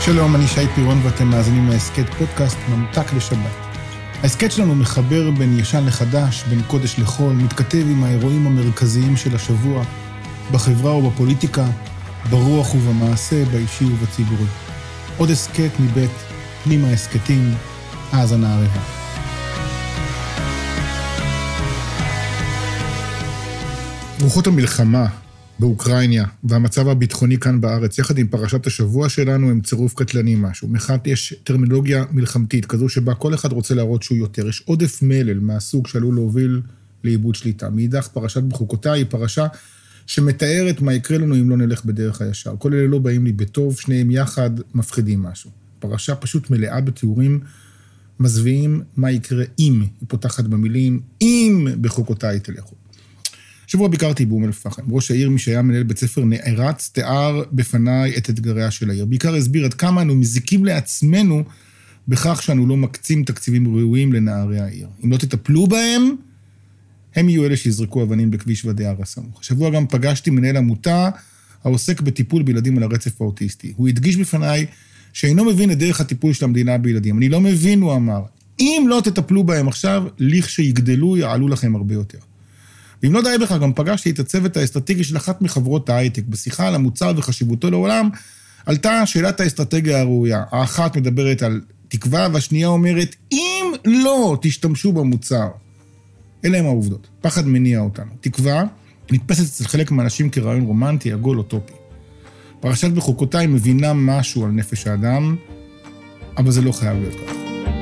שלום, אני שי פירון ואתם מאזינים להסקט פודקאסט ממתק לשבת. ההסקט שלנו מחבר בין ישן לחדש, בין קודש לחול, מתכתב עם האירועים המרכזיים של השבוע, בחברה ובפוליטיקה, ברוח ובמעשה, באישי ובציבורי. עוד הסקט מבית פנימה הסקטים, האזנה ערבה. רוחות המלחמה באוקראינה והמצב הביטחוני כאן בארץ, יחד עם פרשת השבוע שלנו, הם צירוף קטלני משהו. מחד יש טרמינולוגיה מלחמתית, כזו שבה כל אחד רוצה להראות שהוא יותר. יש עודף מלל מהסוג שעלול להוביל לאיבוד שליטה. מאידך, פרשת בחוקותיי היא פרשה שמתארת מה יקרה לנו אם לא נלך בדרך הישר. כל אלה לא באים לי בטוב, שניהם יחד מפחידים משהו. פרשה פשוט מלאה בתיאורים מזוויעים מה יקרה אם, היא פותחת במילים, אם בחוקותיי תלכו. שבוע ביקרתי באום אל-פחם. ראש העיר, מי שהיה מנהל בית ספר נערץ, תיאר בפניי את אתגריה של העיר. בעיקר הסביר עד כמה אנו מזיקים לעצמנו בכך שאנו לא מקצים תקציבים ראויים לנערי העיר. אם לא תטפלו בהם, הם יהיו אלה שיזרקו אבנים בכביש ואדי הר הסמוך. השבוע גם פגשתי מנהל עמותה העוסק בטיפול בילדים על הרצף האוטיסטי. הוא הדגיש בפניי שאינו מבין את דרך הטיפול של המדינה בילדים. אני לא מבין, הוא אמר. אם לא תטפלו בהם עכשיו, לכשיגדלו יעלו לכם הרבה יותר. ואם לא די בכך, גם פגשתי את הצוות האסטרטגי של אחת מחברות ההייטק. בשיחה על המוצר וחשיבותו לעולם, עלתה שאלת האסטרטגיה הראויה. האחת מדברת על תקווה, והשנייה אומרת, אם לא תשתמשו במוצר. אלה הם העובדות. פחד מניע אותנו. תקווה נתפסת אצל חלק מהאנשים כרעיון רומנטי, עגול אוטופי. פרשת בחוקותיי מבינה משהו על נפש האדם, אבל זה לא חייב להיות כך.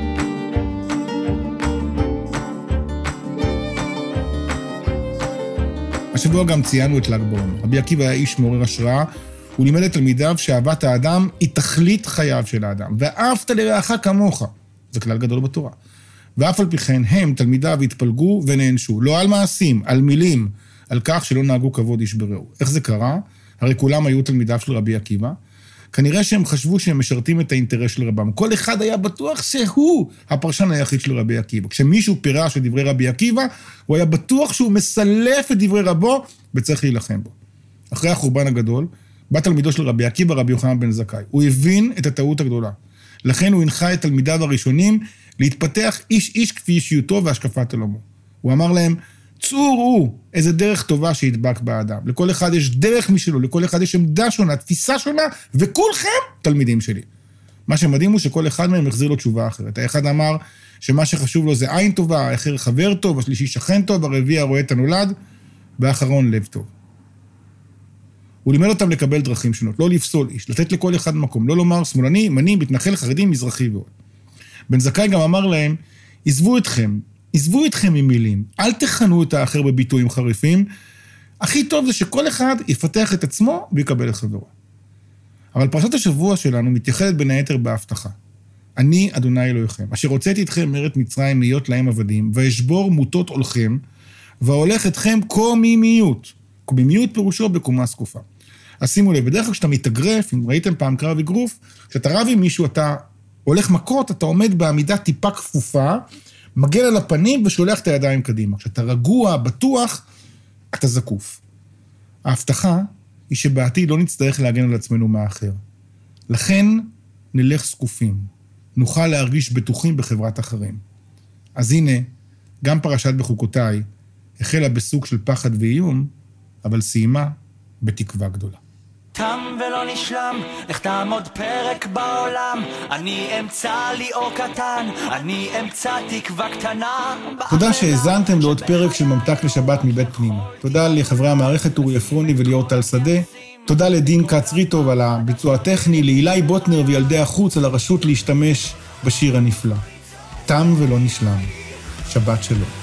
השבוע גם ציינו את ל"ג בעומר. רבי עקיבא היה איש מעורר השראה, הוא לימד את תלמידיו שאהבת האדם היא תכלית חייו של האדם. ואהבת לרעך כמוך, זה כלל גדול בתורה. ואף על פי כן הם, תלמידיו, התפלגו ונענשו. לא על מעשים, על מילים, על כך שלא נהגו כבוד איש ברעהו. איך זה קרה? הרי כולם היו תלמידיו של רבי עקיבא. כנראה שהם חשבו שהם משרתים את האינטרס של רבם. כל אחד היה בטוח שהוא הפרשן היחיד של רבי עקיבא. כשמישהו פירש את דברי רבי עקיבא, הוא היה בטוח שהוא מסלף את דברי רבו, וצריך להילחם בו. אחרי החורבן הגדול, בא תלמידו של רבי עקיבא, רבי יוחנן בן זכאי. הוא הבין את הטעות הגדולה. לכן הוא הנחה את תלמידיו הראשונים להתפתח איש כפי אישיותו והשקפת עולמו. הוא אמר להם, צאו איזה דרך טובה שידבק באדם. לכל אחד יש דרך משלו, לכל אחד יש עמדה שונה, תפיסה שונה, וכולכם תלמידים שלי. מה שמדהים הוא שכל אחד מהם החזיר לו תשובה אחרת. האחד אמר שמה שחשוב לו זה עין טובה, האחר חבר טוב, השלישי שכן טוב, הרביעי הרואה את הנולד, והאחרון לב טוב. הוא לימד אותם לקבל דרכים שונות, לא לפסול איש, לתת לכל אחד מקום, לא לומר שמאלני, ימני, מתנחל, חרדי, מזרחי ועוד. בן זכאי גם אמר להם, עזבו אתכם ממילים, אל תכנו את האחר בביטויים חריפים, הכי טוב זה שכל אחד יפתח את עצמו ויקבל את חברו. אבל פרשת השבוע שלנו מתייחדת בין היתר בהבטחה. אני אדוני אלוהיכם, אשר הוצאתי אתכם מארץ מצרים להיות להם עבדים, ואשבור מוטות עולכם, והולך אתכם קוממיות. קוממיות פירושו בקומה זקופה. אז שימו לב, בדרך כלל כשאתה מתאגרף, אם ראיתם פעם קרב אגרוף, כשאתה רב עם מישהו, אתה הולך מכות, אתה עומד בעמידה טיפה כפופה, מגל על הפנים ושולח את הידיים קדימה. כשאתה רגוע, בטוח, אתה זקוף. ההבטחה היא שבעתיד לא נצטרך להגן על עצמנו מהאחר. לכן נלך זקופים. נוכל להרגיש בטוחים בחברת אחרים. אז הנה, גם פרשת בחוקותיי החלה בסוג של פחד ואיום, אבל סיימה בתקווה גדולה. תם ולא נשלם, לך תעמוד פרק בעולם, אני אמצא לי אור קטן, אני אמצא תקווה קטנה. תודה שהזנתם לעוד פרק של ממתק לשבת מבית פנימה. תודה לחברי המערכת אורי אפרוני וליאור טל שדה. תודה לדין קצריטוב על הביצוע הטכני, לאילי בוטנר וילדי החוץ על הרשות להשתמש בשיר הנפלא. תם ולא נשלם. שבת שלום.